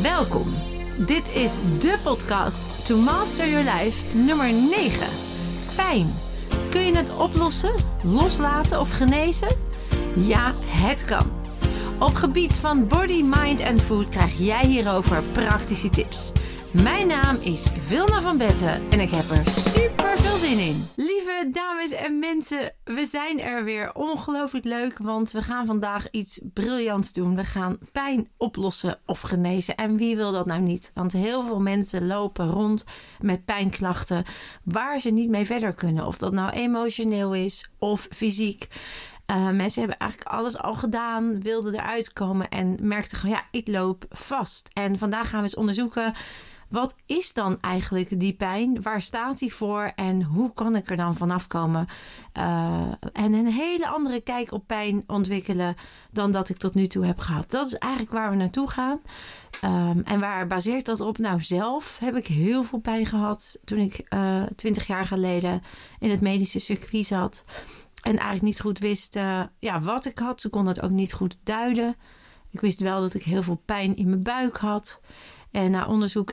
Welkom. Dit is de podcast To Master Your Life nummer 9. Pijn. Kun je het oplossen, loslaten of genezen? Ja, het kan. Op gebied van body, mind en food krijg jij hierover praktische tips. Mijn naam is Vilna van Betten en ik heb er super veel zin in. Lieve dames en mensen, we zijn er weer. Ongelooflijk leuk, want we gaan vandaag iets briljants doen. We gaan pijn oplossen of genezen. En wie wil dat nou niet? Want heel veel mensen lopen rond met pijnklachten waar ze niet mee verder kunnen. Of dat nou emotioneel is of fysiek. Mensen hebben eigenlijk alles al gedaan, wilden eruit komen en merkten gewoon, ja, ik loop vast. En vandaag gaan we eens onderzoeken, wat is dan eigenlijk die pijn? Waar staat die voor? En hoe kan ik er dan vanaf komen? En een hele andere kijk op pijn ontwikkelen dan dat ik tot nu toe heb gehad. Dat is eigenlijk waar we naartoe gaan. En waar baseert dat op? Nou, zelf heb ik heel veel pijn gehad toen ik 20 jaar geleden in het medische circuit zat. En eigenlijk niet goed wist wat ik had. Ze kon het ook niet goed duiden. Ik wist wel dat ik heel veel pijn in mijn buik had. En na onderzoek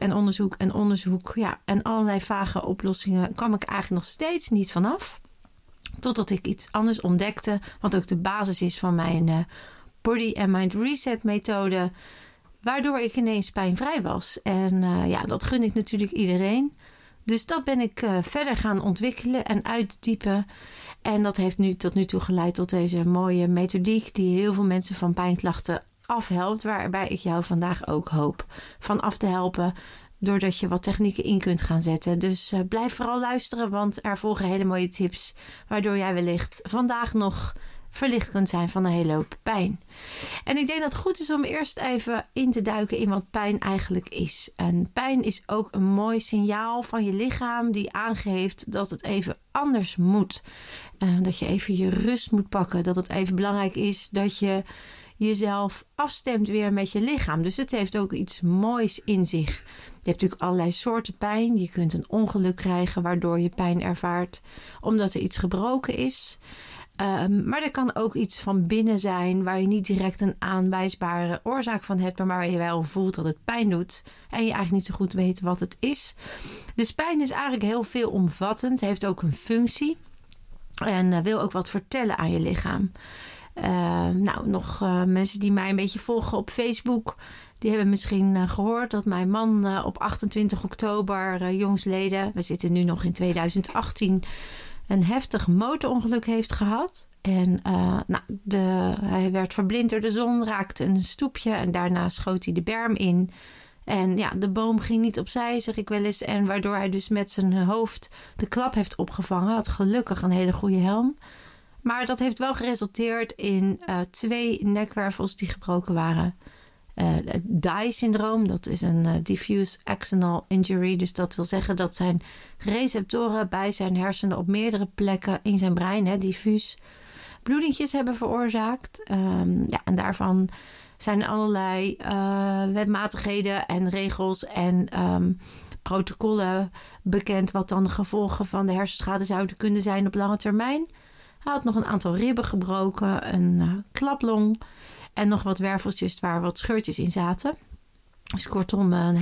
en allerlei vage oplossingen kwam ik eigenlijk nog steeds niet vanaf. Totdat ik iets anders ontdekte. Wat ook de basis is van mijn Body and Mind Reset methode. Waardoor ik ineens pijnvrij was. En dat gun ik natuurlijk iedereen. Dus dat ben ik verder gaan ontwikkelen en uitdiepen. En dat heeft nu tot nu toe geleid tot deze mooie methodiek die heel veel mensen van pijnklachten afhelpt. Waarbij ik jou vandaag ook hoop van af te helpen. Doordat je wat technieken in kunt gaan zetten. Dus blijf vooral luisteren, want er volgen hele mooie tips. Waardoor jij wellicht vandaag nog verlicht kunt zijn van een hele hoop pijn. En ik denk dat het goed is om eerst even in te duiken in wat pijn eigenlijk is. En pijn is ook een mooi signaal van je lichaam die aangeeft dat het even anders moet. Dat je even je rust moet pakken. Dat het even belangrijk is dat je jezelf afstemt weer met je lichaam. Dus het heeft ook iets moois in zich. Je hebt natuurlijk allerlei soorten pijn. Je kunt een ongeluk krijgen waardoor je pijn ervaart omdat er iets gebroken is. Maar er kan ook iets van binnen zijn waar je niet direct een aanwijsbare oorzaak van hebt, maar waar je wel voelt dat het pijn doet en je eigenlijk niet zo goed weet wat het is. Dus pijn is eigenlijk heel veelomvattend, heeft ook een functie en wil ook wat vertellen aan je lichaam. Mensen die mij een beetje volgen op Facebook, die hebben misschien gehoord dat mijn man op 28 oktober jongsleden, we zitten nu nog in 2018, een heftig motorongeluk heeft gehad. En hij werd verblind door de zon, raakte een stoepje en daarna schoot hij de berm in. En ja, de boom ging niet opzij, zeg ik wel eens. En waardoor hij dus met zijn hoofd de klap heeft opgevangen. Had gelukkig een hele goede helm. Maar dat heeft wel geresulteerd in 2 nekwervels die gebroken waren. Het DIE-syndroom, dat is een diffuse axonal injury. Dus dat wil zeggen dat zijn receptoren bij zijn hersenen op meerdere plekken in zijn brein, diffuus, bloedingjes hebben veroorzaakt. En daarvan zijn allerlei wetmatigheden en regels en protocollen bekend wat dan de gevolgen van de hersenschade zouden kunnen zijn op lange termijn. Hij had nog een aantal ribben gebroken, een klaplong en nog wat werveltjes waar wat scheurtjes in zaten. Dus kortom, een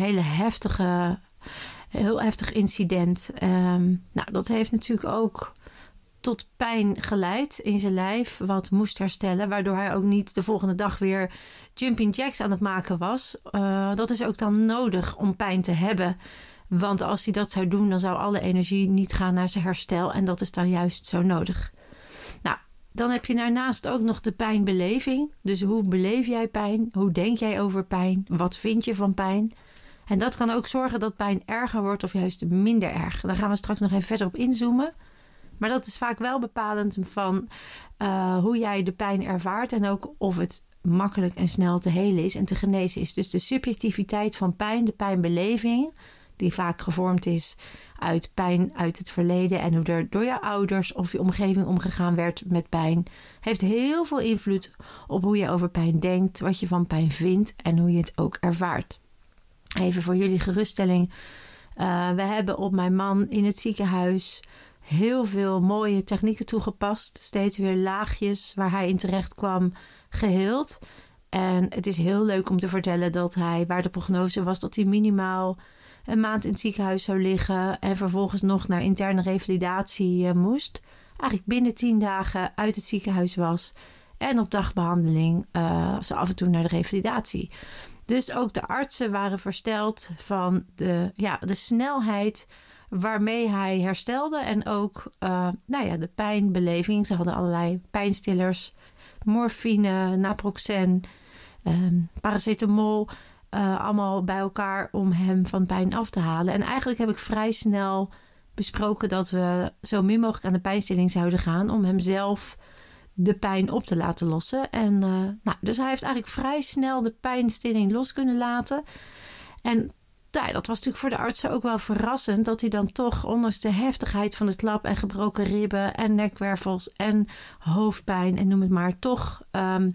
heel heftig incident. Dat heeft natuurlijk ook tot pijn geleid in zijn lijf, wat moest herstellen, waardoor hij ook niet de volgende dag weer jumping jacks aan het maken was. Dat is ook dan nodig om pijn te hebben. Want als hij dat zou doen, dan zou alle energie niet gaan naar zijn herstel. En dat is dan juist zo nodig. Nou, dan heb je daarnaast ook nog de pijnbeleving. Dus hoe beleef jij pijn? Hoe denk jij over pijn? Wat vind je van pijn? En dat kan ook zorgen dat pijn erger wordt of juist minder erg. Daar gaan we straks nog even verder op inzoomen. Maar dat is vaak wel bepalend van hoe jij de pijn ervaart. En ook of het makkelijk en snel te helen is en te genezen is. Dus de subjectiviteit van pijn, de pijnbeleving, die vaak gevormd is uit pijn uit het verleden en hoe er door je ouders of je omgeving omgegaan werd met pijn, heeft heel veel invloed op hoe je over pijn denkt, wat je van pijn vindt en hoe je het ook ervaart. Even voor jullie geruststelling. We hebben op mijn man in het ziekenhuis heel veel mooie technieken toegepast. Steeds weer laagjes waar hij in terecht kwam geheeld. En het is heel leuk om te vertellen dat waar de prognose was dat hij minimaal een maand in het ziekenhuis zou liggen en vervolgens nog naar interne revalidatie moest. Eigenlijk binnen 10 dagen uit het ziekenhuis was en op dagbehandeling zo af en toe naar de revalidatie. Dus ook de artsen waren versteld van de snelheid waarmee hij herstelde en ook de pijnbeleving. Ze hadden allerlei pijnstillers, morfine, naproxen, paracetamol, allemaal bij elkaar om hem van pijn af te halen. En eigenlijk heb ik vrij snel besproken dat we zo min mogelijk aan de pijnstilling zouden gaan om hem zelf de pijn op te laten lossen. En dus hij heeft eigenlijk vrij snel de pijnstilling los kunnen laten. En dat was natuurlijk voor de artsen ook wel verrassend dat hij dan toch, ondanks de heftigheid van de klap en gebroken ribben en nekwervels en hoofdpijn en noem het maar, toch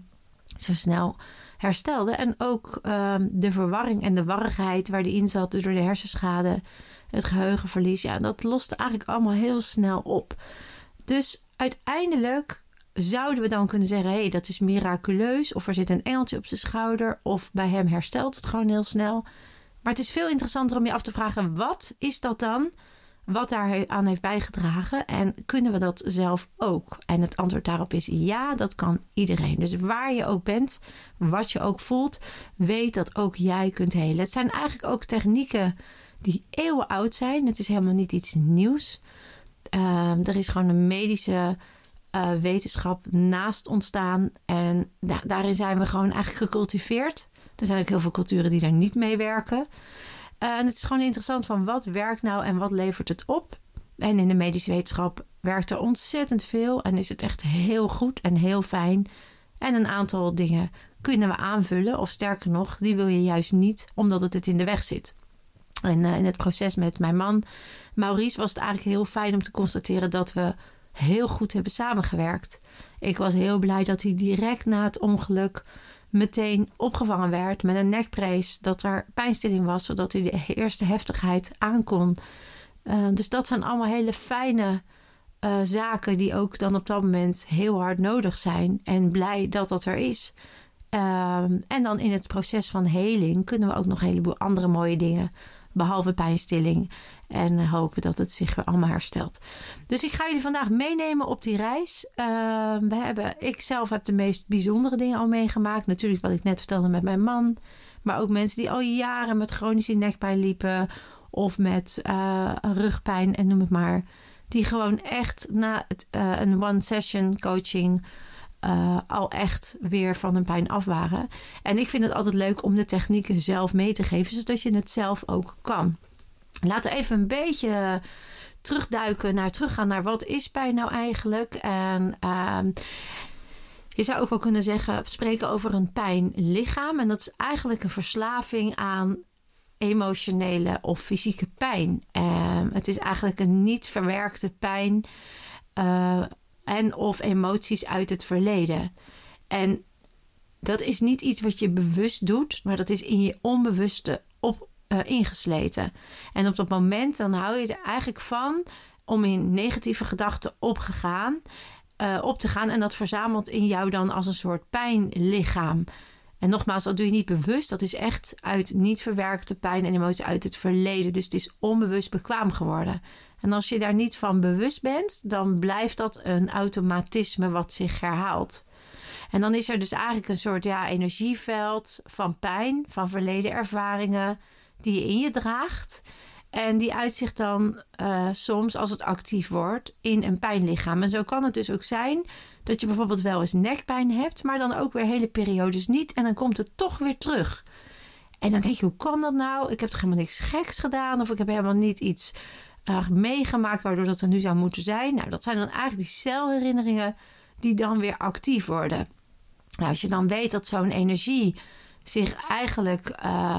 zo snel herstelde. En ook de verwarring en de warrigheid waar die in zat door de hersenschade, het geheugenverlies, dat loste eigenlijk allemaal heel snel op. Dus uiteindelijk zouden we dan kunnen zeggen, dat is miraculeus, of er zit een engeltje op zijn schouder, of bij hem herstelt het gewoon heel snel. Maar het is veel interessanter om je af te vragen, wat is dat dan wat daar aan heeft bijgedragen? En kunnen we dat zelf ook? En het antwoord daarop is ja, dat kan iedereen. Dus waar je ook bent, wat je ook voelt, weet dat ook jij kunt helen. Het zijn eigenlijk ook technieken die eeuwen oud zijn. Het is helemaal niet iets nieuws. Er is gewoon een medische wetenschap naast ontstaan. En daarin zijn we gewoon eigenlijk gecultiveerd. Er zijn ook heel veel culturen die daar niet mee werken. En het is gewoon interessant van wat werkt nou en wat levert het op. En in de medische wetenschap werkt er ontzettend veel. En is het echt heel goed en heel fijn. En een aantal dingen kunnen we aanvullen. Of sterker nog, die wil je juist niet, omdat het in de weg zit. En in het proces met mijn man Maurice was het eigenlijk heel fijn om te constateren dat we heel goed hebben samengewerkt. Ik was heel blij dat hij direct na het ongeluk meteen opgevangen werd met een nekbrace, dat er pijnstilling was, zodat hij de eerste heftigheid aankon. Dus dat zijn allemaal hele fijne zaken die ook dan op dat moment heel hard nodig zijn. En blij dat dat er is. En dan in het proces van heling kunnen we ook nog een heleboel andere mooie dingen, behalve pijnstilling. En hopen dat het zich weer allemaal herstelt. Dus ik ga jullie vandaag meenemen op die reis. Ik zelf heb de meest bijzondere dingen al meegemaakt. Natuurlijk wat ik net vertelde met mijn man. Maar ook mensen die al jaren met chronische nekpijn liepen. Of met rugpijn en noem het maar. Die gewoon echt na een one session coaching al echt weer van hun pijn af waren. En ik vind het altijd leuk om de technieken zelf mee te geven. Zodat je het zelf ook kan. Laten we even een beetje teruggaan naar wat is pijn nou eigenlijk. En je zou ook wel kunnen spreken over een pijnlichaam. En dat is eigenlijk een verslaving aan emotionele of fysieke pijn. Het is eigenlijk een niet verwerkte pijn en of emoties uit het verleden. En dat is niet iets wat je bewust doet, maar dat is in je onbewuste ingesleten. En op dat moment dan hou je er eigenlijk van om in negatieve gedachten op te gaan. En dat verzamelt in jou dan als een soort pijnlichaam. En nogmaals, dat doe je niet bewust. Dat is echt uit niet verwerkte pijn en emoties uit het verleden. Dus het is onbewust bekwaam geworden. En als je daar niet van bewust bent, dan blijft dat een automatisme wat zich herhaalt. En dan is er dus eigenlijk een soort energieveld van pijn, van verleden ervaringen die je in je draagt. En die uitzicht dan soms, als het actief wordt, in een pijnlichaam. En zo kan het dus ook zijn dat je bijvoorbeeld wel eens nekpijn hebt, maar dan ook weer hele periodes niet. En dan komt het toch weer terug. En dan denk je, hoe kan dat nou? Ik heb toch helemaal niks geks gedaan? Of ik heb helemaal niet iets meegemaakt waardoor dat er nu zou moeten zijn? Nou, dat zijn dan eigenlijk die celherinneringen die dan weer actief worden. Nou, als je dan weet dat zo'n energie zich eigenlijk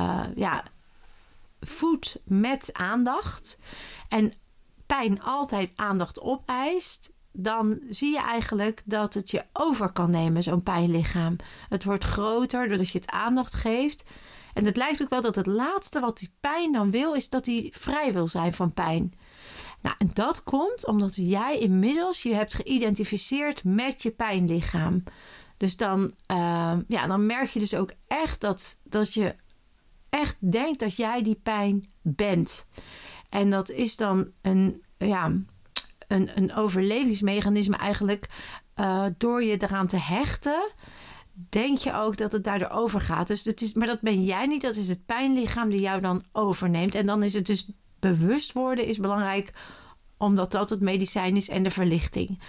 voedt met aandacht en pijn altijd aandacht opeist, dan zie je eigenlijk dat het je over kan nemen, zo'n pijnlichaam. Het wordt groter doordat je het aandacht geeft. En het lijkt ook wel dat het laatste wat die pijn dan wil, is dat hij vrij wil zijn van pijn. Nou, en dat komt omdat jij inmiddels je hebt geïdentificeerd met je pijnlichaam. Dus dan merk je dus ook echt dat je echt denkt dat jij die pijn bent. En dat is dan een overlevingsmechanisme eigenlijk. Door je eraan te hechten, denk je ook dat het daardoor overgaat. Dus maar dat ben jij niet. Dat is het pijnlichaam die jou dan overneemt. En dan is het dus bewust worden is belangrijk, omdat dat het medicijn is en de verlichting.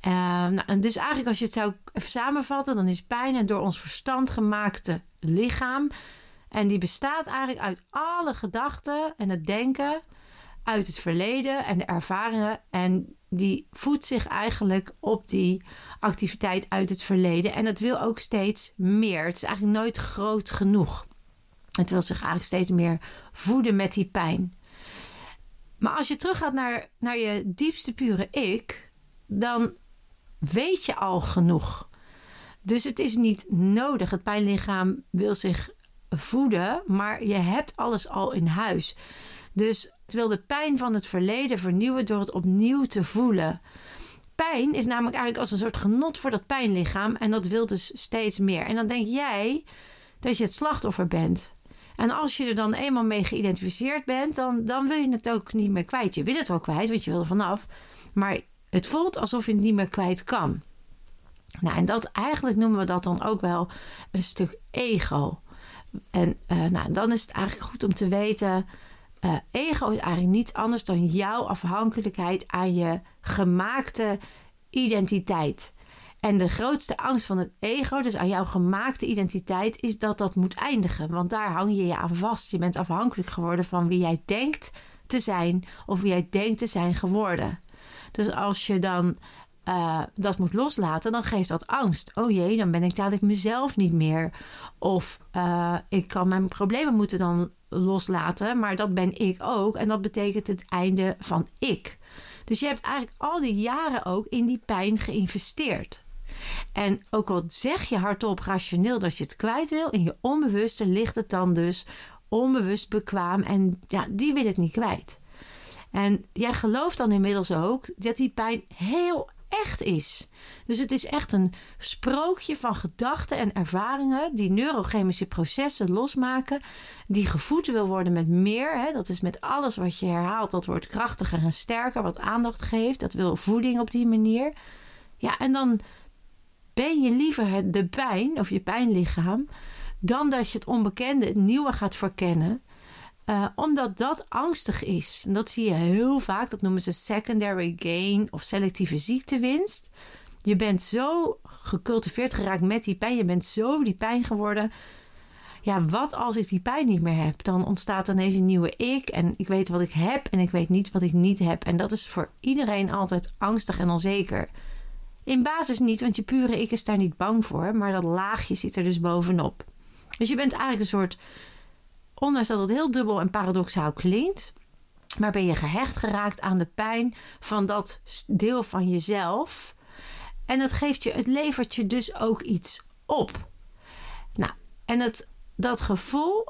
En dus eigenlijk als je het zou even samenvatten, dan is pijn een door ons verstand gemaakte lichaam. En die bestaat eigenlijk uit alle gedachten en het denken uit het verleden en de ervaringen. En die voedt zich eigenlijk op die activiteit uit het verleden. En het wil ook steeds meer. Het is eigenlijk nooit groot genoeg. Het wil zich eigenlijk steeds meer voeden met die pijn. Maar als je teruggaat naar je diepste pure ik, dan weet je al genoeg. Dus het is niet nodig. Het pijnlichaam wil zich voeden, maar je hebt alles al in huis. Dus het wil de pijn van het verleden vernieuwen door het opnieuw te voelen. Pijn is namelijk eigenlijk als een soort genot voor dat pijnlichaam en dat wil dus steeds meer. En dan denk jij dat je het slachtoffer bent. En als je er dan eenmaal mee geïdentificeerd bent, dan wil je het ook niet meer kwijt. Je wil het wel kwijt, want je wil er vanaf. Maar het voelt alsof je het niet meer kwijt kan. Nou, en dat eigenlijk noemen we dat dan ook wel een stuk ego. En dan is het eigenlijk goed om te weten, ego is eigenlijk niets anders dan jouw afhankelijkheid aan je gemaakte identiteit. En de grootste angst van het ego, dus aan jouw gemaakte identiteit, is dat dat moet eindigen. Want daar hang je je aan vast. Je bent afhankelijk geworden van wie jij denkt te zijn of wie jij denkt te zijn geworden. Dus als je dan dat moet loslaten, dan geeft dat angst. Oh jee, dan ben ik dadelijk mezelf niet meer. Of ik kan mijn problemen moeten dan loslaten, maar dat ben ik ook. En dat betekent het einde van ik. Dus je hebt eigenlijk al die jaren ook in die pijn geïnvesteerd. En ook al zeg je hardop rationeel dat je het kwijt wil, in je onbewuste ligt het dan dus onbewust bekwaam en ja, die wil het niet kwijt. En jij gelooft dan inmiddels ook dat die pijn heel echt is. Dus het is echt een sprookje van gedachten en ervaringen die neurochemische processen losmaken, die gevoed wil worden met meer. Hè? Dat is met alles wat je herhaalt, dat wordt krachtiger en sterker, wat aandacht geeft. Dat wil voeding op die manier. Ja, en dan ben je liever de pijn of je pijnlichaam dan dat je het onbekende, het nieuwe gaat verkennen. Omdat dat angstig is. En dat zie je heel vaak. Dat noemen ze secondary gain of selectieve ziektewinst. Je bent zo gecultiveerd geraakt met die pijn. Je bent zo die pijn geworden. Ja, wat als ik die pijn niet meer heb? Dan ontstaat ineens een nieuwe ik. En ik weet wat ik heb en ik weet niet wat ik niet heb. En dat is voor iedereen altijd angstig en onzeker. In basis niet, want je pure ik is daar niet bang voor. Maar dat laagje zit er dus bovenop. Dus je bent eigenlijk een soort, ondanks dat het heel dubbel en paradoxaal klinkt, maar ben je gehecht geraakt aan de pijn van dat deel van jezelf. En het levert je dus ook iets op. Nou, en dat gevoel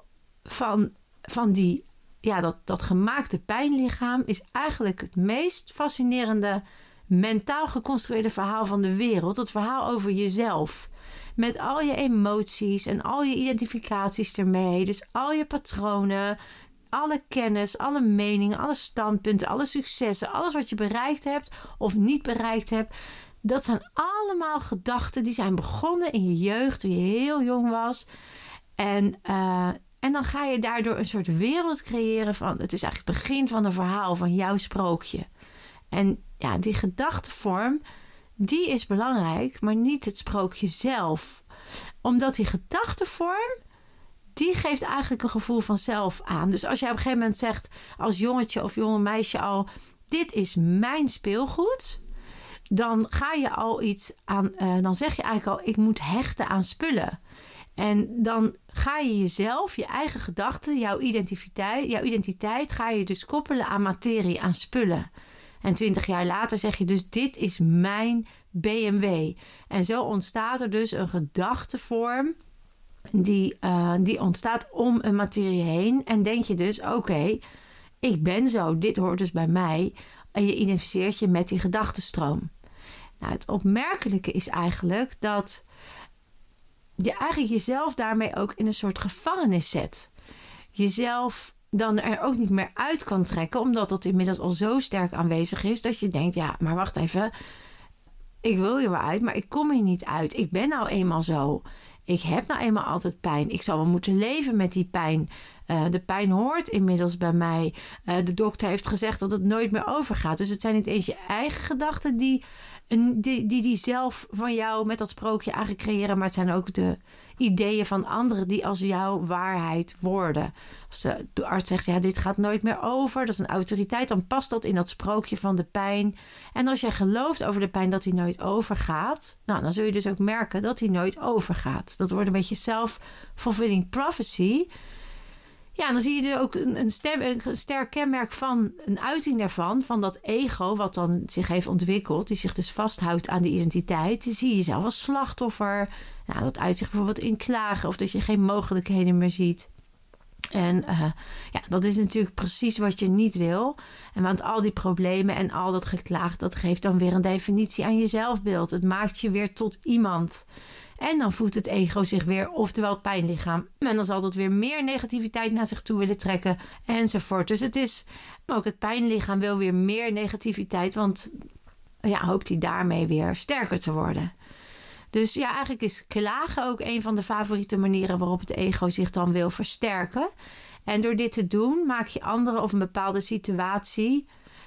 van die, ja, dat gemaakte pijnlichaam is eigenlijk het meest fascinerende mentaal geconstrueerde verhaal van de wereld. Het verhaal over jezelf. Met al je emoties en al je identificaties ermee. Dus al je patronen, alle kennis, alle meningen, alle standpunten, alle successen. Alles wat je bereikt hebt of niet bereikt hebt. Dat zijn allemaal gedachten die zijn begonnen in je jeugd toen je heel jong was. En dan ga je daardoor een soort wereld creëren van, het is eigenlijk het begin van een verhaal van jouw sprookje. En ja, die gedachtevorm, die is belangrijk, maar niet het sprookje zelf. Omdat die gedachtevorm, die geeft eigenlijk een gevoel van zelf aan. Dus als jij op een gegeven moment zegt als jongetje of jonge meisje al, dit is mijn speelgoed, dan ga je al iets aan, dan zeg je eigenlijk al, ik moet hechten aan spullen. En dan ga je jezelf, je eigen gedachten, jouw identiteit ga je dus koppelen aan materie, aan spullen. En 20 jaar later zeg je dus, dit is mijn BMW. En zo ontstaat er dus een gedachtevorm die ontstaat om een materie heen. En denk je dus, oké, ik ben zo, dit hoort dus bij mij. En je identificeert je met die gedachtenstroom. Nou, het opmerkelijke is eigenlijk dat je eigenlijk jezelf daarmee ook in een soort gevangenis zet. Jezelf dan er ook niet meer uit kan trekken, omdat dat inmiddels al zo sterk aanwezig is, dat je denkt, ja, maar wacht even, ik wil hier wel uit, maar ik kom hier niet uit. Ik ben nou eenmaal zo. Ik heb nou eenmaal altijd pijn. Ik zal wel moeten leven met die pijn. De pijn hoort inmiddels bij mij. De dokter heeft gezegd dat het nooit meer overgaat. Dus het zijn niet eens je eigen gedachten die zelf van jou met dat sprookje eigenlijk creëren. Maar het zijn ook de ideeën van anderen die als jouw waarheid worden. Als de arts zegt, ja, dit gaat nooit meer over. Dat is een autoriteit. Dan past dat in dat sprookje van de pijn. En als jij gelooft over de pijn dat die nooit overgaat, nou, dan zul je dus ook merken dat die nooit overgaat. Dat wordt een beetje self-fulfilling prophecy. Ja, dan zie je er ook een sterk kenmerk van een uiting daarvan, van dat ego wat dan zich heeft ontwikkeld, die zich dus vasthoudt aan de identiteit. Die zie je jezelf als slachtoffer. Nou, dat uit zich bijvoorbeeld in klagen of dat je geen mogelijkheden meer ziet. En dat is natuurlijk precies wat je niet wil. En want al die problemen en al dat geklaag, dat geeft dan weer een definitie aan je zelfbeeld. Het maakt je weer tot iemand. En dan voedt het ego zich weer, oftewel het pijnlichaam. En dan zal dat weer meer negativiteit naar zich toe willen trekken, enzovoort. Dus het is, ook het pijnlichaam wil weer meer negativiteit, want hoopt hij daarmee weer sterker te worden. Dus ja, eigenlijk is klagen ook een van de favoriete manieren waarop het ego zich dan wil versterken. En door dit te doen, maak je anderen of een bepaalde situatie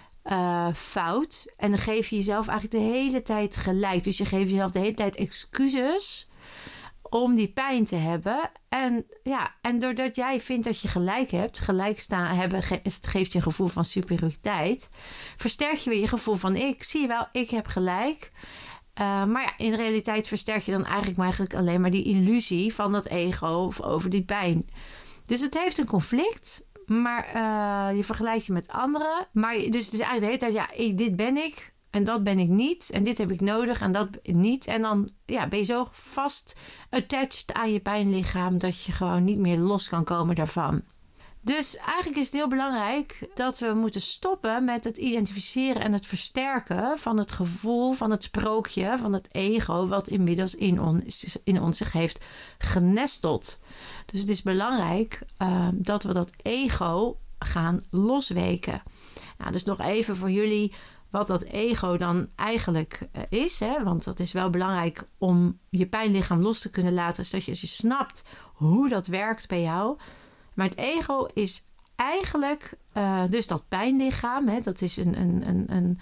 fout. En dan geef je jezelf eigenlijk de hele tijd gelijk. Dus je geeft jezelf de hele tijd excuses om die pijn te hebben. En doordat jij vindt dat je gelijk hebt, het geeft je een gevoel van superioriteit, versterk je weer je gevoel van zie je wel, ik heb gelijk. Maar ja, in de realiteit versterk je dan eigenlijk alleen maar die illusie van dat ego over die pijn. Dus het heeft een conflict, maar je vergelijkt je met anderen. Maar dus het is eigenlijk de hele tijd, dit ben ik en dat ben ik niet. En dit heb ik nodig en dat niet. En dan ben je zo vast attached aan je pijnlichaam dat je gewoon niet meer los kan komen daarvan. Dus eigenlijk is het heel belangrijk dat we moeten stoppen met het identificeren en het versterken van het gevoel van het sprookje, van het ego, wat inmiddels in ons zich heeft genesteld. Dus het is belangrijk dat we dat ego gaan losweken. Nou, dus nog even voor jullie wat dat ego dan eigenlijk is. Hè? Want dat is wel belangrijk om je pijnlichaam los te kunnen laten, zodat je snapt hoe dat werkt bij jou. Maar het ego is eigenlijk dus dat pijnlichaam. Hè, dat is een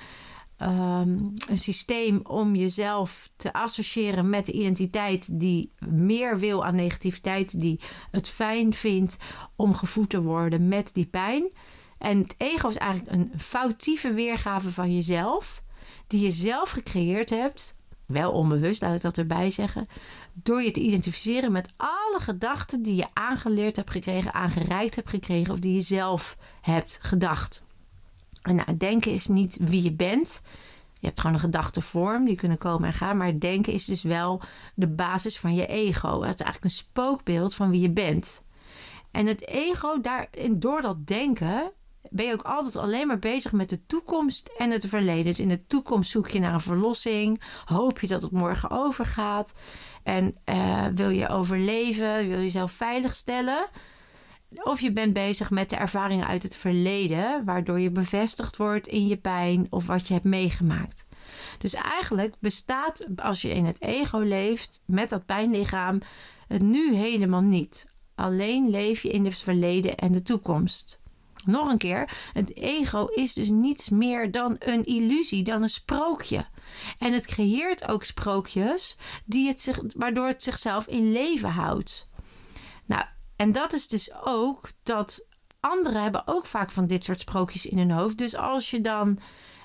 systeem om jezelf te associëren met de identiteit die meer wil aan negativiteit, die het fijn vindt om gevoed te worden met die pijn. En het ego is eigenlijk een foutieve weergave van jezelf, die je zelf gecreëerd hebt. Wel onbewust, laat ik dat erbij zeggen. Door je te identificeren met alle gedachten die je aangeleerd hebt gekregen, aangereikt hebt gekregen of die je zelf hebt gedacht. En denken is niet wie je bent. Je hebt gewoon een gedachtevorm, die kunnen komen en gaan. Maar denken is dus wel de basis van je ego. Het is eigenlijk een spookbeeld van wie je bent. En het ego, door dat denken, ben je ook altijd alleen maar bezig met de toekomst en het verleden. Dus in de toekomst zoek je naar een verlossing. Hoop je dat het morgen overgaat. En wil je overleven, wil je jezelf veiligstellen. Of je bent bezig met de ervaringen uit het verleden, waardoor je bevestigd wordt in je pijn of wat je hebt meegemaakt. Dus eigenlijk bestaat, als je in het ego leeft, met dat pijnlichaam, het nu helemaal niet. Alleen leef je in het verleden en de toekomst. Nog een keer, het ego is dus niets meer dan een illusie, dan een sprookje. En het creëert ook sprookjes waardoor het zichzelf in leven houdt. Nou, en dat is dus ook dat anderen hebben ook vaak van dit soort sprookjes in hun hoofd. Dus als je dan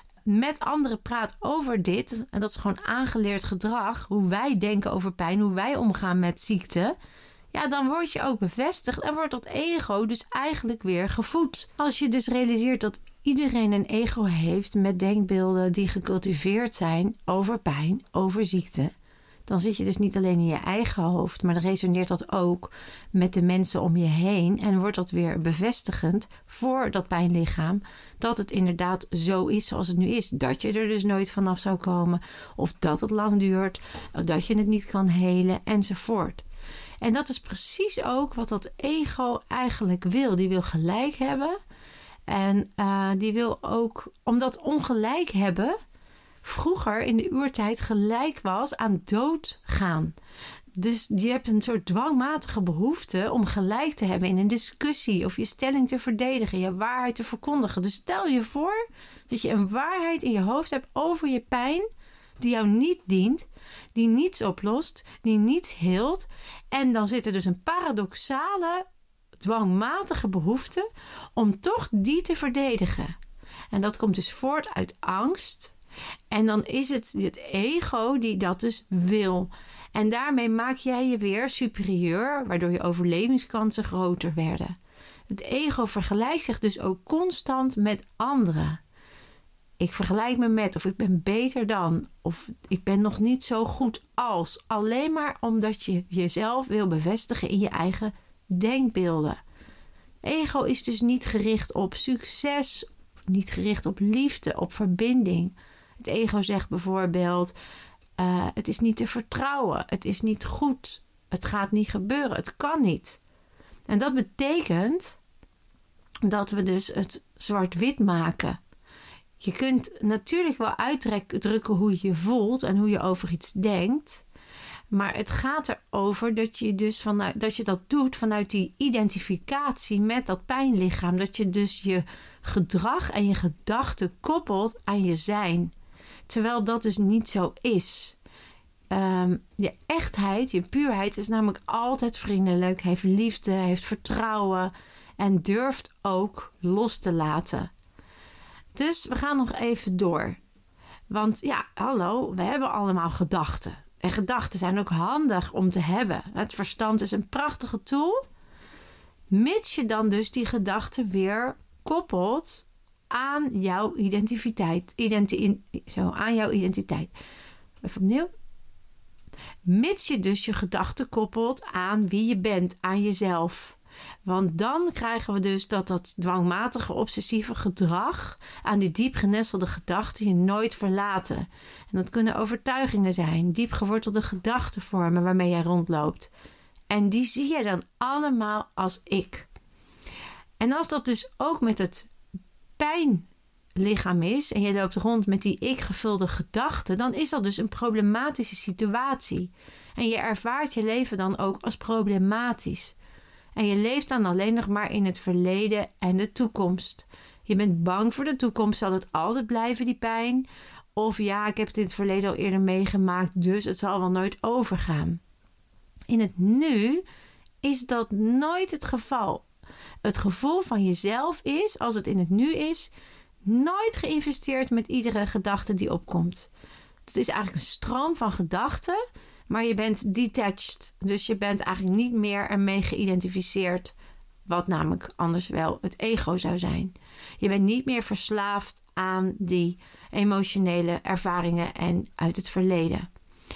met anderen praat over dit, en dat is gewoon aangeleerd gedrag, hoe wij denken over pijn, hoe wij omgaan met ziekte, dan word je ook bevestigd en wordt dat ego dus eigenlijk weer gevoed. Als je dus realiseert dat iedereen een ego heeft met denkbeelden die gecultiveerd zijn over pijn, over ziekte, dan zit je dus niet alleen in je eigen hoofd, maar dan resoneert dat ook met de mensen om je heen en wordt dat weer bevestigend voor dat pijnlichaam dat het inderdaad zo is zoals het nu is. Dat je er dus nooit vanaf zou komen of dat het lang duurt, of dat je het niet kan helen enzovoort. En dat is precies ook wat dat ego eigenlijk wil. Die wil gelijk hebben. En die wil ook, omdat ongelijk hebben vroeger in de oertijd gelijk was aan doodgaan. Dus je hebt een soort dwangmatige behoefte om gelijk te hebben in een discussie of je stelling te verdedigen, je waarheid te verkondigen. Dus stel je voor dat je een waarheid in je hoofd hebt over je pijn die jou niet dient, die niets oplost, die niets heelt. En dan zit er dus een paradoxale, dwangmatige behoefte om toch die te verdedigen. En dat komt dus voort uit angst. En dan is het ego die dat dus wil. En daarmee maak jij je weer superieur, waardoor je overlevingskansen groter werden. Het ego vergelijkt zich dus ook constant met anderen. Ik vergelijk me met, of ik ben beter dan, of ik ben nog niet zo goed als. Alleen maar omdat je jezelf wil bevestigen in je eigen denkbeelden. Ego is dus niet gericht op succes, niet gericht op liefde, op verbinding. Het ego zegt bijvoorbeeld, het is niet te vertrouwen, het is niet goed, het gaat niet gebeuren, het kan niet. En dat betekent dat we dus het zwart-wit maken. Je kunt natuurlijk wel uitdrukken hoe je je voelt en hoe je over iets denkt. Maar het gaat erover dat je dus dat je dat doet vanuit die identificatie met dat pijnlichaam. Dat je dus je gedrag en je gedachten koppelt aan je zijn. Terwijl dat dus niet zo is. Je echtheid, je puurheid is namelijk altijd vriendelijk, heeft liefde, heeft vertrouwen en durft ook los te laten. Dus we gaan nog even door. Want ja, hallo, we hebben allemaal gedachten. En gedachten zijn ook handig om te hebben. Het verstand is een prachtige tool. Mits je dan dus die gedachten weer koppelt aan jouw identiteit. Aan jouw identiteit. Even opnieuw. Mits je dus je gedachten koppelt aan wie je bent, aan jezelf. Want dan krijgen we dus dat dwangmatige obsessieve gedrag aan die diep genestelde gedachten je nooit verlaten. En dat kunnen overtuigingen zijn, diep gewortelde gedachtenvormen waarmee jij rondloopt. En die zie je dan allemaal als ik. En als dat dus ook met het pijnlichaam is en je loopt rond met die ik-gevulde gedachten, dan is dat dus een problematische situatie. En je ervaart je leven dan ook als problematisch. En je leeft dan alleen nog maar in het verleden en de toekomst. Je bent bang voor de toekomst, zal het altijd blijven, die pijn? Of ja, ik heb het in het verleden al eerder meegemaakt, dus het zal wel nooit overgaan. In het nu is dat nooit het geval. Het gevoel van jezelf is, als het in het nu is, nooit geïnvesteerd met iedere gedachte die opkomt. Het is eigenlijk een stroom van gedachten, maar je bent detached. Dus je bent eigenlijk niet meer ermee geïdentificeerd, wat namelijk anders wel het ego zou zijn. Je bent niet meer verslaafd aan die emotionele ervaringen en uit het verleden.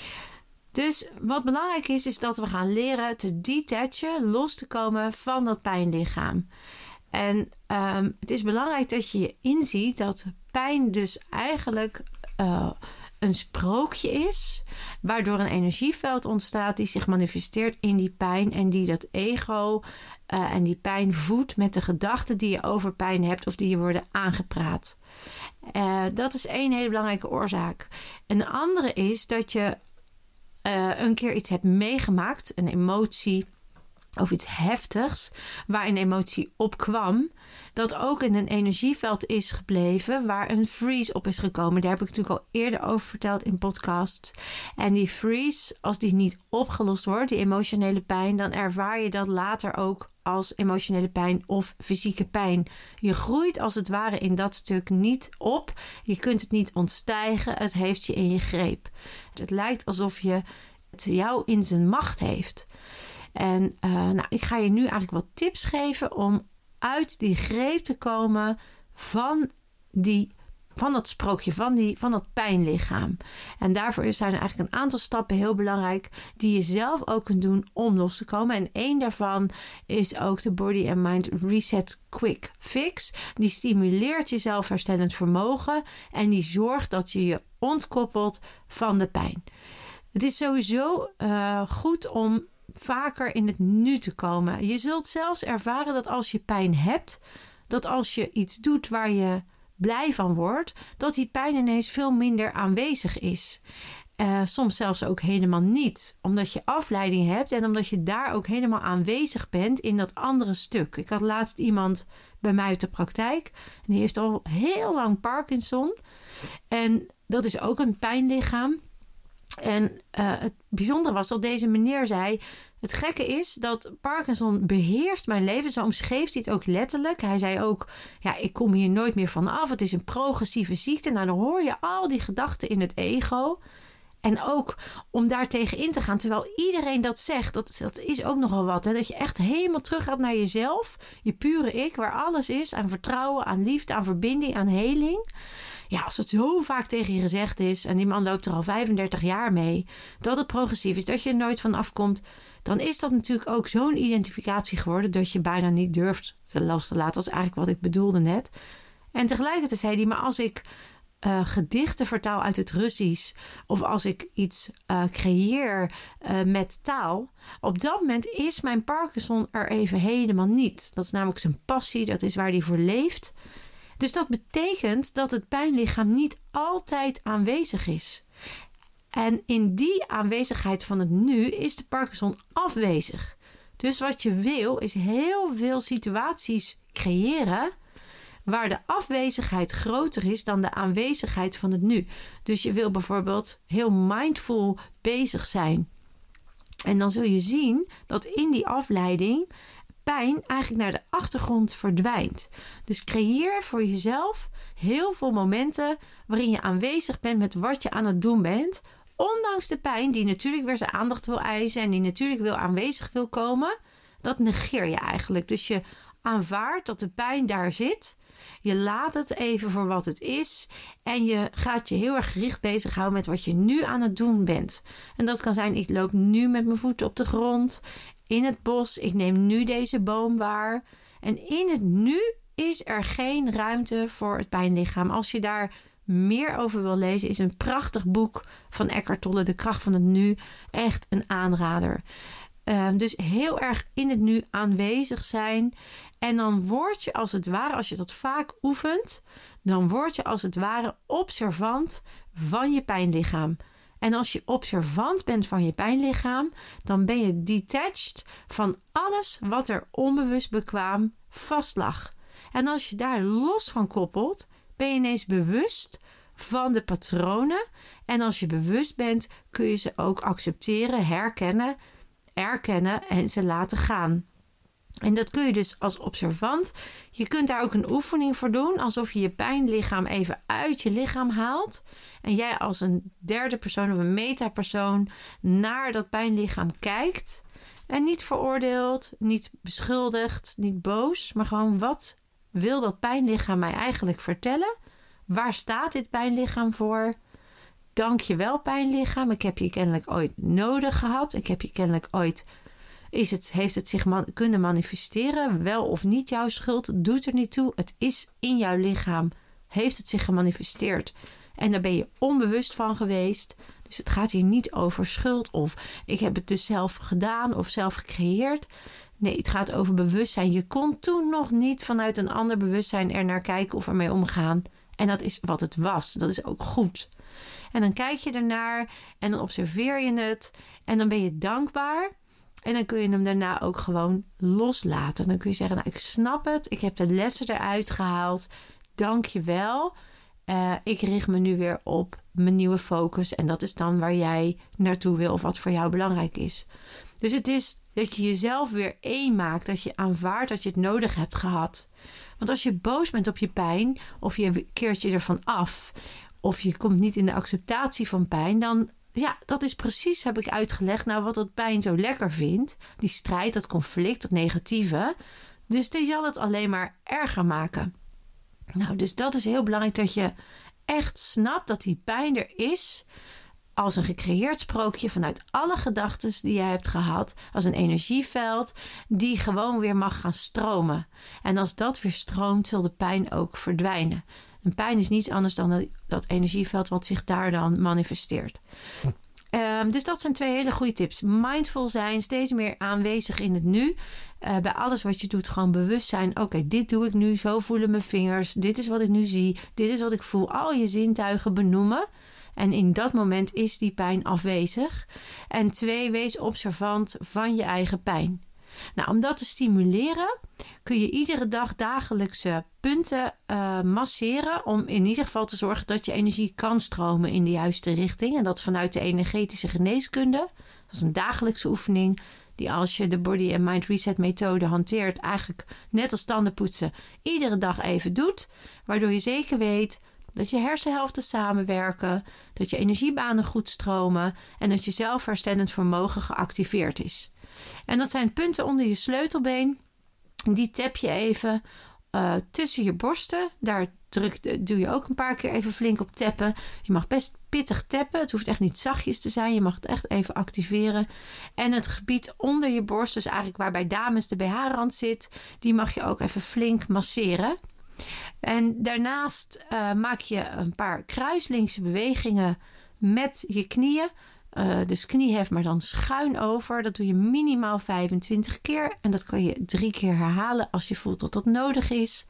Dus wat belangrijk is dat we gaan leren te detachen, los te komen van dat pijnlichaam. En het is belangrijk dat je inziet dat pijn dus eigenlijk een sprookje is, waardoor een energieveld ontstaat die zich manifesteert in die pijn en die dat ego en die pijn voedt met de gedachten die je over pijn hebt of die je worden aangepraat. Dat is één hele belangrijke oorzaak. Een andere is dat je een keer iets hebt meegemaakt, een emotie of iets heftigs, waar een emotie opkwam, dat ook in een energieveld is gebleven, waar een freeze op is gekomen. Daar heb ik natuurlijk al eerder over verteld in podcasts. En die freeze, als die niet opgelost wordt, die emotionele pijn, dan ervaar je dat later ook als emotionele pijn of fysieke pijn. Je groeit als het ware in dat stuk niet op. Je kunt het niet ontstijgen. Het heeft je in je greep. Het lijkt alsof je het jou in zijn macht heeft. En ik ga je nu eigenlijk wat tips geven om uit die greep te komen van dat sprookje, van dat pijnlichaam. En daarvoor zijn er eigenlijk een aantal stappen heel belangrijk die je zelf ook kunt doen om los te komen. En één daarvan is ook de Body and Mind Reset Quick Fix. Die stimuleert je zelfherstellend vermogen en die zorgt dat je je ontkoppelt van de pijn. Het is sowieso goed om vaker in het nu te komen. Je zult zelfs ervaren dat als je pijn hebt, dat als je iets doet waar je blij van wordt, dat die pijn ineens veel minder aanwezig is. Soms zelfs ook helemaal niet. Omdat je afleiding hebt en omdat je daar ook helemaal aanwezig bent in dat andere stuk. Ik had laatst iemand bij mij uit de praktijk. En die heeft al heel lang Parkinson. En dat is ook een pijnlichaam. En het bijzondere was dat deze meneer zei, het gekke is dat Parkinson beheerst mijn leven. Zo omschreef hij het ook letterlijk. Hij zei ook, ja, ik kom hier nooit meer van af. Het is een progressieve ziekte. Nou, dan hoor je al die gedachten in het ego. En ook om daar tegen in te gaan, terwijl iedereen dat zegt, dat is ook nogal wat. Hè? Dat je echt helemaal terug gaat naar jezelf, je pure ik, waar alles is aan vertrouwen, aan liefde, aan verbinding, aan heling. Ja, als het zo vaak tegen je gezegd is, en die man loopt er al 35 jaar mee, dat het progressief is, dat je er nooit van afkomt, dan is dat natuurlijk ook zo'n identificatie geworden dat je bijna niet durft te los te laten. Dat is eigenlijk wat ik bedoelde net. En tegelijkertijd zei hij, maar als ik gedichten vertaal uit het Russisch, of als ik iets creëer met taal, op dat moment is mijn Parkinson er even helemaal niet. Dat is namelijk zijn passie, dat is waar hij voor leeft. Dus dat betekent dat het pijnlichaam niet altijd aanwezig is. En in die aanwezigheid van het nu is de Parkinson afwezig. Dus wat je wil is heel veel situaties creëren waar de afwezigheid groter is dan de aanwezigheid van het nu. Dus je wil bijvoorbeeld heel mindful bezig zijn. En dan zul je zien dat in die afleiding pijn eigenlijk naar de achtergrond verdwijnt. Dus creëer voor jezelf heel veel momenten waarin je aanwezig bent met wat je aan het doen bent. Ondanks de pijn die natuurlijk weer zijn aandacht wil eisen en die natuurlijk weer aanwezig wil komen. Dat negeer je eigenlijk. Dus je aanvaardt dat de pijn daar zit. Je laat het even voor wat het is. En je gaat je heel erg gericht bezighouden met wat je nu aan het doen bent. En dat kan zijn, ik loop nu met mijn voeten op de grond. In het bos. Ik neem nu deze boom waar. En in het nu is er geen ruimte voor het pijnlichaam. Als je daar meer over wil lezen, is een prachtig boek van Eckhart Tolle, De kracht van het nu. Echt een aanrader. Dus heel erg in het nu aanwezig zijn. En dan word je als het ware, als je dat vaak oefent, dan word je als het ware observant van je pijnlichaam. En als je observant bent van je pijnlichaam, dan ben je detached van alles wat er onbewust bekwaam vast lag. En als je daar los van koppelt, ben je ineens bewust van de patronen. En als je bewust bent, kun je ze ook accepteren, herkennen, erkennen en ze laten gaan. En dat kun je dus als observant. Je kunt daar ook een oefening voor doen. Alsof je je pijnlichaam even uit je lichaam haalt. En jij als een derde persoon of een metapersoon naar dat pijnlichaam kijkt. En niet veroordeelt, niet beschuldigt, niet boos. Maar gewoon, wat wil dat pijnlichaam mij eigenlijk vertellen? Waar staat dit pijnlichaam voor? Dank je wel, pijnlichaam. Ik heb je kennelijk ooit nodig gehad. Ik heb je kennelijk ooit... heeft het zich kunnen manifesteren? Wel of niet jouw schuld? Doet er niet toe. Het is in jouw lichaam. Heeft het zich gemanifesteerd. En daar ben je onbewust van geweest. Dus het gaat hier niet over schuld. Of ik heb het dus zelf gedaan. Of zelf gecreëerd. Nee, het gaat over bewustzijn. Je kon toen nog niet vanuit een ander bewustzijn er naar kijken of ermee omgaan. En dat is wat het was. Dat is ook goed. En dan kijk je ernaar. En dan observeer je het. En dan ben je dankbaar. En dan kun je hem daarna ook gewoon loslaten. Dan kun je zeggen, nou, ik snap het. Ik heb de lessen eruit gehaald. Dank je wel. Ik richt me nu weer op mijn nieuwe focus. En dat is dan waar jij naartoe wil of wat voor jou belangrijk is. Dus het is dat je jezelf weer één maakt. Dat je aanvaardt dat je het nodig hebt gehad. Want als je boos bent op je pijn, of je keert je ervan af, of je komt niet in de acceptatie van pijn, dan... Ja, dat is precies, heb ik uitgelegd, nou wat dat pijn zo lekker vindt. Die strijd, dat conflict, dat negatieve. Dus die zal het alleen maar erger maken. Nou, dus dat is heel belangrijk dat je echt snapt dat die pijn er is. Als een gecreëerd sprookje vanuit alle gedachten die je hebt gehad. Als een energieveld die gewoon weer mag gaan stromen. En als dat weer stroomt, zal de pijn ook verdwijnen. En pijn is niets anders dan dat energieveld wat zich daar dan manifesteert. Dus dat zijn 2 hele goede tips. Mindful zijn, steeds meer aanwezig in het nu. Bij alles wat je doet, gewoon bewust zijn. Oké, dit doe ik nu, zo voelen mijn vingers. Dit is wat ik nu zie, dit is wat ik voel. Al je zintuigen benoemen. En in dat moment is die pijn afwezig. En 2, wees observant van je eigen pijn. Nou, om dat te stimuleren kun je iedere dag dagelijkse punten masseren. Om in ieder geval te zorgen dat je energie kan stromen in de juiste richting. En dat vanuit de energetische geneeskunde. Dat is een dagelijkse oefening die als je de Body and Mind Reset methode hanteert, eigenlijk net als tandenpoetsen, iedere dag even doet. Waardoor je zeker weet dat je hersenhelften samenwerken, dat je energiebanen goed stromen en dat je zelfherstellend vermogen geactiveerd is. En dat zijn punten onder je sleutelbeen. Die tap je even tussen je borsten. Daar doe je ook een paar keer even flink op tappen. Je mag best pittig tappen. Het hoeft echt niet zachtjes te zijn. Je mag het echt even activeren. En het gebied onder je borst, dus eigenlijk waar bij dames de BH-rand zit, die mag je ook even flink masseren. En daarnaast maak je een paar kruislinkse bewegingen met je knieën. Dus kniehef maar dan schuin over. Dat doe je minimaal 25 keer. En dat kan je 3 keer herhalen als je voelt dat dat nodig is.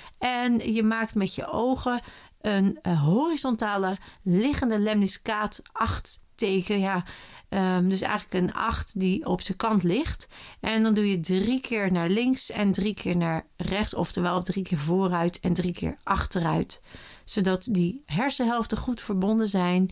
En je maakt met je ogen een horizontale liggende lemniscaat 8 teken. Ja, dus eigenlijk een 8 die op zijn kant ligt. En dan doe je 3 keer naar links en 3 keer naar rechts. Oftewel 3 keer vooruit en 3 keer achteruit. Zodat die hersenhelften goed verbonden zijn.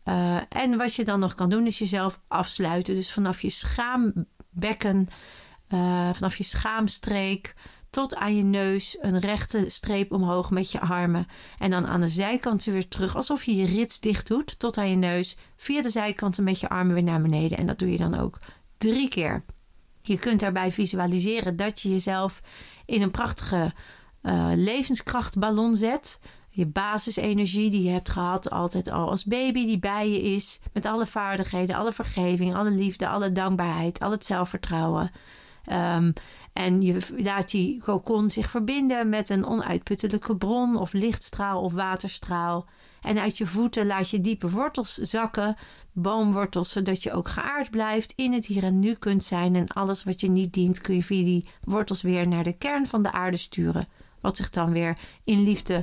En wat je dan nog kan doen is jezelf afsluiten. Dus vanaf je schaambekken, vanaf je schaamstreek tot aan je neus een rechte streep omhoog met je armen. En dan aan de zijkanten weer terug, alsof je je rits dicht doet tot aan je neus. Via de zijkanten met je armen weer naar beneden. En dat doe je dan ook 3 keer. Je kunt daarbij visualiseren dat je jezelf in een prachtige levenskrachtballon zet. Je basisenergie die je hebt gehad altijd al als baby, die bij je is. Met alle vaardigheden, alle vergeving, alle liefde, alle dankbaarheid, al het zelfvertrouwen. En je laat die cocon zich verbinden met een onuitputtelijke bron of lichtstraal of waterstraal. En uit je voeten laat je diepe wortels zakken, boomwortels, zodat je ook geaard blijft, in het hier en nu kunt zijn. En alles wat je niet dient kun je via die wortels weer naar de kern van de aarde sturen. Wat zich dan weer in liefde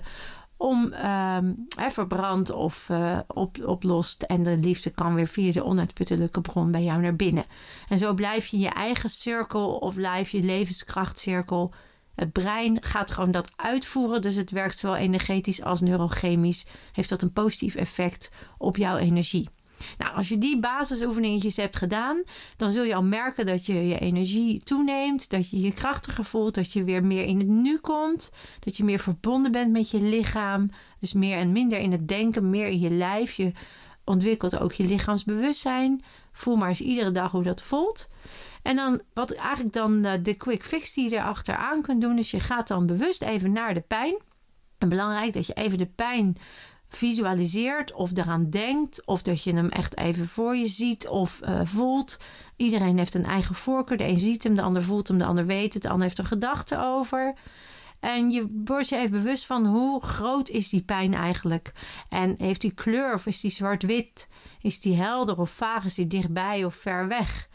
verbrandt of oplost. En de liefde kan weer via de onuitputtelijke bron bij jou naar binnen. En zo blijf je in je eigen cirkel of blijf je levenskrachtcirkel. Het brein gaat gewoon dat uitvoeren. Dus het werkt zowel energetisch als neurochemisch. Heeft dat een positief effect op jouw energie. Nou, als je die basisoefeningetjes hebt gedaan, dan zul je al merken dat je energie toeneemt, dat je je krachtiger voelt, dat je weer meer in het nu komt, dat je meer verbonden bent met je lichaam, dus meer en minder in het denken, meer in je lijf. Je ontwikkelt ook je lichaamsbewustzijn. Voel maar eens iedere dag hoe dat voelt. En dan, wat eigenlijk dan de quick fix die je erachteraan kunt doen, is je gaat dan bewust even naar de pijn. En belangrijk dat je even de pijn visualiseert of eraan denkt, of dat je hem echt even voor je ziet of voelt. Iedereen heeft een eigen voorkeur. De een ziet hem, de ander voelt hem, de ander weet het, de ander heeft er gedachten over. En je wordt je even bewust van hoe groot is die pijn eigenlijk. En heeft die kleur of is die zwart-wit? Is die helder of vaag? Is die dichtbij of ver weg?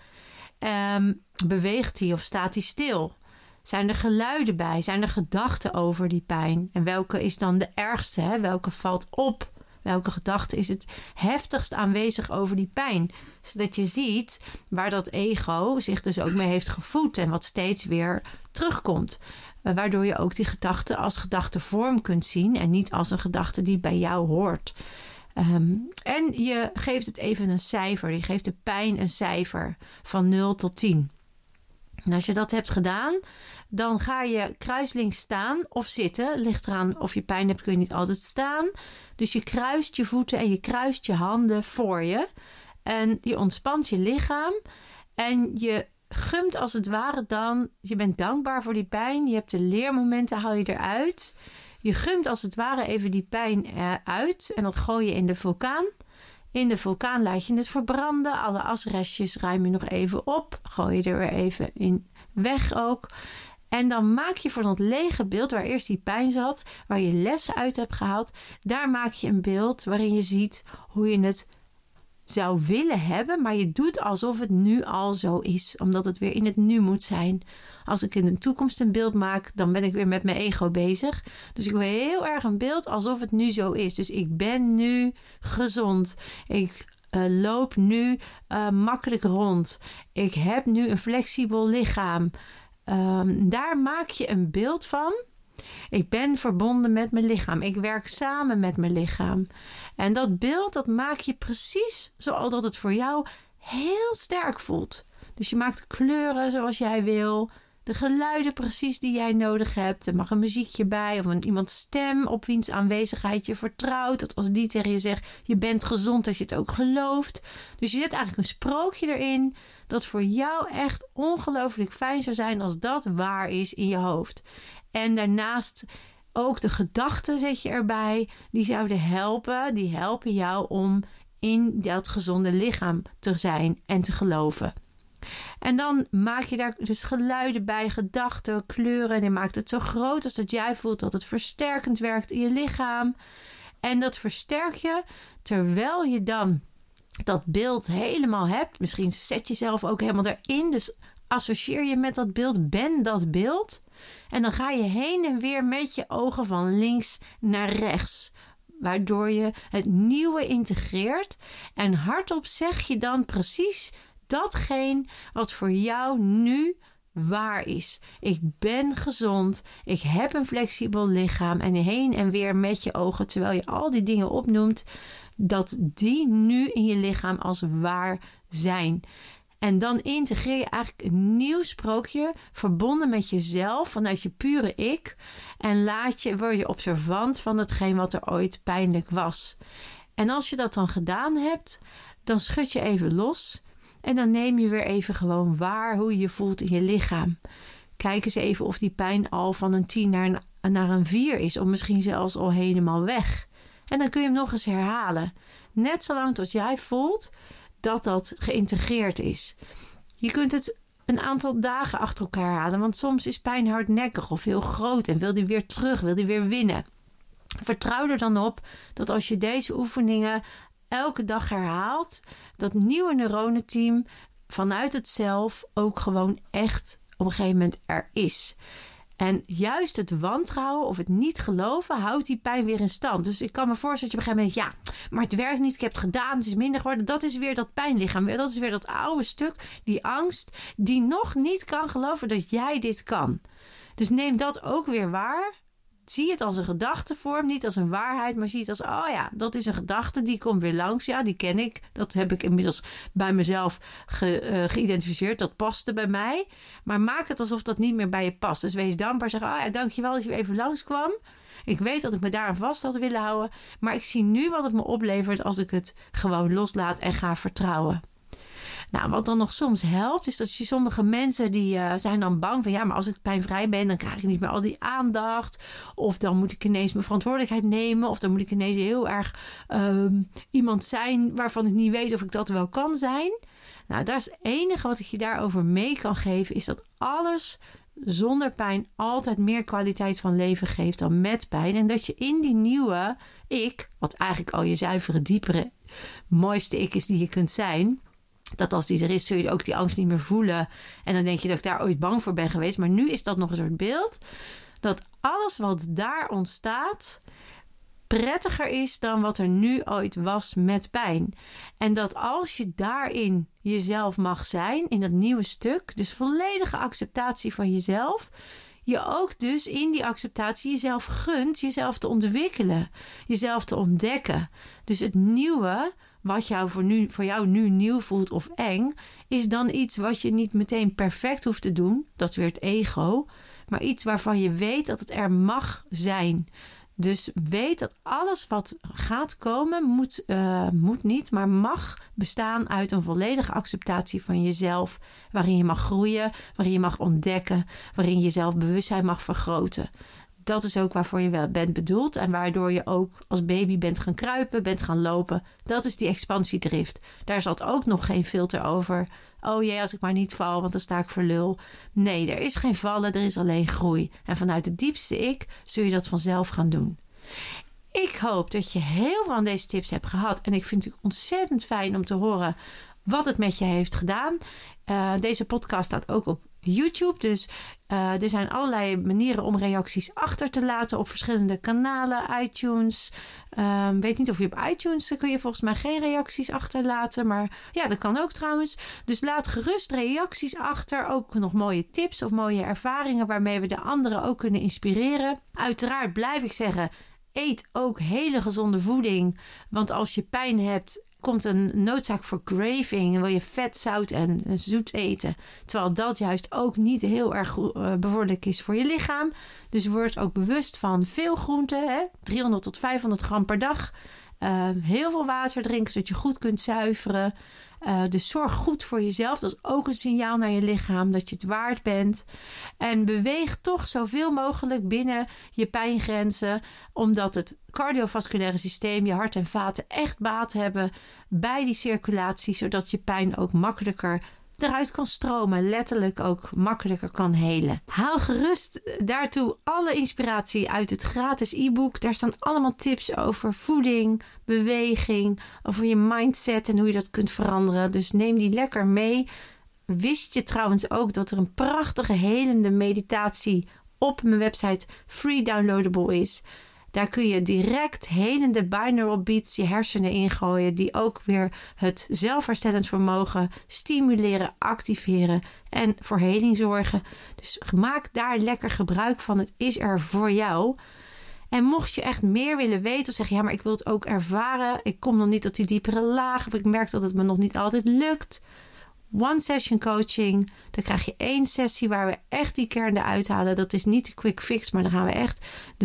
Beweegt die of staat die stil? Zijn er geluiden bij? Zijn er gedachten over die pijn? En welke is dan de ergste? Hè? Welke valt op? Welke gedachte is het heftigst aanwezig over die pijn? Zodat je ziet waar dat ego zich dus ook mee heeft gevoed en wat steeds weer terugkomt. Waardoor je ook die gedachte als gedachtevorm kunt zien en niet als een gedachte die bij jou hoort. En je geeft het even een cijfer. Je geeft de pijn een cijfer van 0 tot 10. En als je dat hebt gedaan, dan ga je kruislinks staan of zitten. Ligt eraan of je pijn hebt, kun je niet altijd staan. Dus je kruist je voeten en je kruist je handen voor je. En je ontspant je lichaam. En je gumt als het ware dan, je bent dankbaar voor die pijn. Je hebt de leermomenten, haal je eruit. Je gumt als het ware even die pijn uit. En dat gooi je in de vulkaan. In de vulkaan laat je het verbranden. Alle asrestjes ruim je nog even op. Gooi je er weer even in weg ook. En dan maak je voor dat lege beeld waar eerst die pijn zat, waar je lessen uit hebt gehaald, daar maak je een beeld waarin je ziet hoe je het zou willen hebben, maar je doet alsof het nu al zo is, omdat het weer in het nu moet zijn. Als ik in de toekomst een beeld maak, dan ben ik weer met mijn ego bezig. Dus ik wil heel erg een beeld alsof het nu zo is. Dus ik ben nu gezond. Ik loop nu makkelijk rond. Ik heb nu een flexibel lichaam. Daar maak je een beeld van. Ik ben verbonden met mijn lichaam. Ik werk samen met mijn lichaam. En dat beeld, dat maak je precies zoals dat het voor jou heel sterk voelt. Dus je maakt kleuren zoals jij wil. De geluiden precies die jij nodig hebt. Er mag een muziekje bij of iemands stem op wiens aanwezigheid je vertrouwt. Dat als die tegen je zegt, je bent gezond, dat je het ook gelooft. Dus je zet eigenlijk een sprookje erin dat voor jou echt ongelooflijk fijn zou zijn als dat waar is in je hoofd. En daarnaast ook de gedachten zet je erbij. Die zouden helpen. Die helpen jou om in dat gezonde lichaam te zijn en te geloven. En dan maak je daar dus geluiden bij, gedachten, kleuren. En je maakt het zo groot als dat jij voelt dat het versterkend werkt in je lichaam. En dat versterk je terwijl je dan dat beeld helemaal hebt. Misschien zet je jezelf ook helemaal erin. Dus associeer je met dat beeld, ben dat beeld. En dan ga je heen en weer met je ogen van links naar rechts. Waardoor je het nieuwe integreert. En hardop zeg je dan precies datgene wat voor jou nu waar is. Ik ben gezond. Ik heb een flexibel lichaam. En heen en weer met je ogen, terwijl je al die dingen opnoemt, dat die nu in je lichaam als waar zijn. En dan integreer je eigenlijk een nieuw sprookje, verbonden met jezelf, vanuit je pure ik. En word je observant van hetgeen wat er ooit pijnlijk was. En als je dat dan gedaan hebt, dan schud je even los. En dan neem je weer even gewoon waar hoe je je voelt in je lichaam. Kijk eens even of die pijn al van een 10 naar een 4 is. Of misschien zelfs al helemaal weg. En dan kun je hem nog eens herhalen. Net zolang tot jij voelt dat dat geïntegreerd is. Je kunt het een aantal dagen achter elkaar herhalen. Want soms is pijn hardnekkig of heel groot. En wil die weer terug, wil die weer winnen. Vertrouw er dan op dat als je deze oefeningen elke dag herhaalt, dat nieuwe neuronenteam vanuit het zelf ook gewoon echt op een gegeven moment er is. En juist het wantrouwen of het niet geloven houdt die pijn weer in stand. Dus ik kan me voorstellen dat je op een gegeven moment, ja, maar het werkt niet, ik heb het gedaan, het is minder geworden. Dat is weer dat pijnlichaam, dat is weer dat oude stuk, die angst, die nog niet kan geloven dat jij dit kan. Dus neem dat ook weer waar. Zie het als een gedachtevorm, niet als een waarheid, maar zie het als, oh ja, dat is een gedachte, die komt weer langs. Ja, die ken ik. Dat heb ik inmiddels bij mezelf geïdentificeerd. Dat paste bij mij. Maar maak het alsof dat niet meer bij je past. Dus wees dankbaar. Zeg, oh ja, dankjewel dat je even langskwam. Ik weet dat ik me daar aan vast had willen houden. Maar ik zie nu wat het me oplevert als ik het gewoon loslaat en ga vertrouwen. Nou, wat dan nog soms helpt, is dat je sommige mensen die zijn dan bang van, ja, maar als ik pijnvrij ben, dan krijg ik niet meer al die aandacht. Of dan moet ik ineens mijn verantwoordelijkheid nemen. Of dan moet ik ineens heel erg iemand zijn waarvan ik niet weet of ik dat wel kan zijn. Nou, dat is het enige wat ik je daarover mee kan geven, is dat alles zonder pijn altijd meer kwaliteit van leven geeft dan met pijn. En dat je in die nieuwe ik, wat eigenlijk al je zuivere, diepere, mooiste ik is die je kunt zijn, dat als die er is, zul je ook die angst niet meer voelen. En dan denk je dat ik daar ooit bang voor ben geweest. Maar nu is dat nog een soort beeld. Dat alles wat daar ontstaat prettiger is dan wat er nu ooit was met pijn. En dat als je daarin jezelf mag zijn, in dat nieuwe stuk, dus volledige acceptatie van jezelf, je ook dus in die acceptatie jezelf gunt, jezelf te ontwikkelen, jezelf te ontdekken. Dus het nieuwe, wat voor jou nu nieuw voelt of eng, is dan iets wat je niet meteen perfect hoeft te doen. Dat is weer het ego. Maar iets waarvan je weet dat het er mag zijn. Dus weet dat alles wat gaat komen, moet niet, maar mag bestaan uit een volledige acceptatie van jezelf. Waarin je mag groeien, waarin je mag ontdekken, waarin je zelfbewustzijn mag vergroten. Dat is ook waarvoor je bent bedoeld en waardoor je ook als baby bent gaan kruipen, bent gaan lopen. Dat is die expansiedrift. Daar zat ook nog geen filter over. Oh jee, als ik maar niet val, want dan sta ik voor lul. Nee, er is geen vallen, er is alleen groei. En vanuit het diepste ik zul je dat vanzelf gaan doen. Ik hoop dat je heel veel aan deze tips hebt gehad. En ik vind het ontzettend fijn om te horen wat het met je heeft gedaan. Deze podcast staat ook op YouTube. Dus er zijn allerlei manieren om reacties achter te laten op verschillende kanalen. iTunes. Weet niet of je op iTunes kun je volgens mij geen reacties achterlaten. Maar ja, dat kan ook trouwens. Dus laat gerust reacties achter. Ook nog mooie tips of mooie ervaringen waarmee we de anderen ook kunnen inspireren. Uiteraard blijf ik zeggen, eet ook hele gezonde voeding. Want als je pijn hebt, komt een noodzaak voor craving en wil je vet, zout en zoet eten. Terwijl dat juist ook niet heel erg bevorderlijk is voor je lichaam. Dus word ook bewust van veel groenten, 300 tot 500 gram per dag. Heel veel water drinken, zodat je goed kunt zuiveren. Dus zorg goed voor jezelf. Dat is ook een signaal naar je lichaam dat je het waard bent. En beweeg toch zoveel mogelijk binnen je pijngrenzen. Omdat het cardiovasculaire systeem, je hart en vaten echt baat hebben bij die circulatie. Zodat je pijn ook makkelijker eruit kan stromen. Letterlijk ook makkelijker kan helen. Haal gerust daartoe alle inspiratie uit het gratis e-book. Daar staan allemaal tips over voeding, beweging, over je mindset en hoe je dat kunt veranderen. Dus neem die lekker mee. Wist je trouwens ook dat er een prachtige helende meditatie op mijn website free downloadable is? Daar kun je direct helende binaural beats je hersenen ingooien, die ook weer het zelfherstellend vermogen stimuleren, activeren en voor heling zorgen. Dus maak daar lekker gebruik van. Het is er voor jou. En mocht je echt meer willen weten of zeggen, ja, maar ik wil het ook ervaren. Ik kom nog niet tot die diepere laag of ik merk dat het me nog niet altijd lukt. One session coaching. Dan krijg je 1 sessie waar we echt die kern eruit halen. Dat is niet de quick fix, maar dan gaan we echt de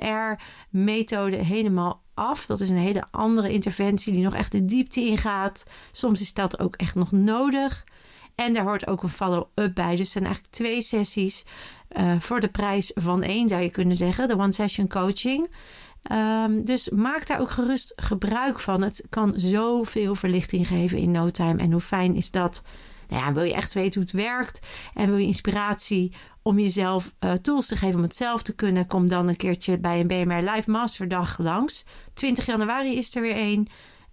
BMR-methode helemaal af. Dat is een hele andere interventie die nog echt de diepte ingaat. Soms is dat ook echt nog nodig. En daar hoort ook een follow-up bij. Dus er zijn eigenlijk 2 sessies voor de prijs van 1, zou je kunnen zeggen. De one session coaching. Dus maak daar ook gerust gebruik van. Het kan zoveel verlichting geven in no time. En hoe fijn is dat? Nou ja, wil je echt weten hoe het werkt en wil je inspiratie om jezelf tools te geven om het zelf te kunnen, kom dan een keertje bij een BMR Live Masterdag langs. 20 januari is er weer 1.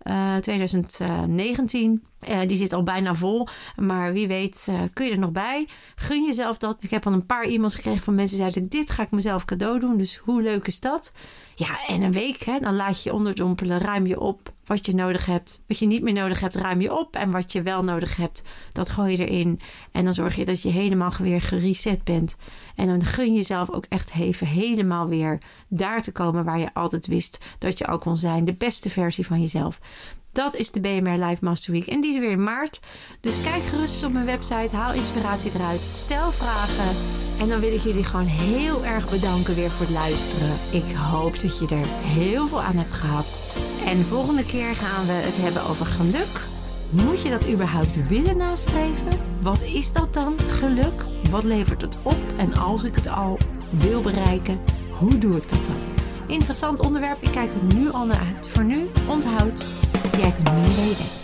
2019. Die zit al bijna vol. Maar wie weet kun je er nog bij. Gun jezelf dat. Ik heb al een paar e-mails gekregen van mensen die zeiden, dit ga ik mezelf cadeau doen. Dus hoe leuk is dat? Ja, en een week, dan laat je onderdompelen. Ruim je op wat je nodig hebt. Wat je niet meer nodig hebt, ruim je op. En wat je wel nodig hebt, dat gooi je erin. En dan zorg je dat je helemaal weer gereset bent. En dan gun je jezelf ook echt even helemaal weer daar te komen waar je altijd wist dat je al kon zijn. De beste versie van jezelf. Dat is de BMR Live Master Week. En die is weer in maart. Dus kijk gerust eens op mijn website. Haal inspiratie eruit. Stel vragen. En dan wil ik jullie gewoon heel erg bedanken weer voor het luisteren. Ik hoop dat je er heel veel aan hebt gehad. En de volgende keer gaan we het hebben over geluk. Moet je dat überhaupt willen nastreven? Wat is dat dan, geluk? Wat levert het op? En als ik het al wil bereiken, hoe doe ik dat dan? Interessant onderwerp. Ik kijk er nu al naar uit. Voor nu, onthoud, jij kunt niet weten.